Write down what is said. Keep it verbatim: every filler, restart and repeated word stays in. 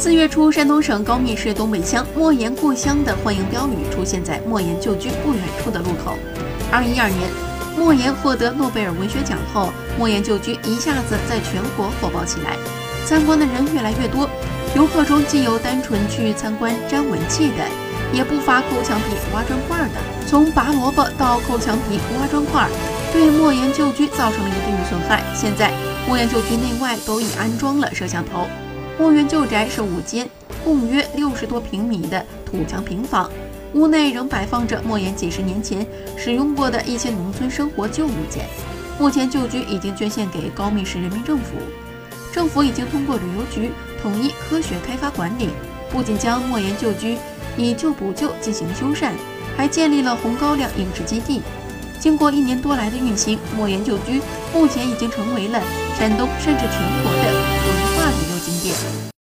四月初，山东省高密市东北乡莫言故乡的欢迎标语出现在莫言旧居不远处的路口。二零一二年，莫言获得诺贝尔文学奖后，莫言旧居一下子在全国火爆起来，参观的人越来越多。游客中既有单纯去参观沾文气的，也不乏抠墙皮、挖砖块的。从拔萝卜到抠墙皮、挖砖块，对莫言旧居造成了一定的损害。现在，莫言旧居内外都已安装了摄像头。莫言旧宅是五间，共约六十多平米的土墙平房，屋内仍摆放着莫言几十年前使用过的一些农村生活旧物件。目前旧居已经捐献给高密市人民政府，政府已经通过旅游局统一科学开发管理，不仅将莫言旧居以旧补旧进行修缮，还建立了红高粱影视基地。经过一年多来的运行，莫言旧居目前已经成为了山东甚至全国的文化旅游景点。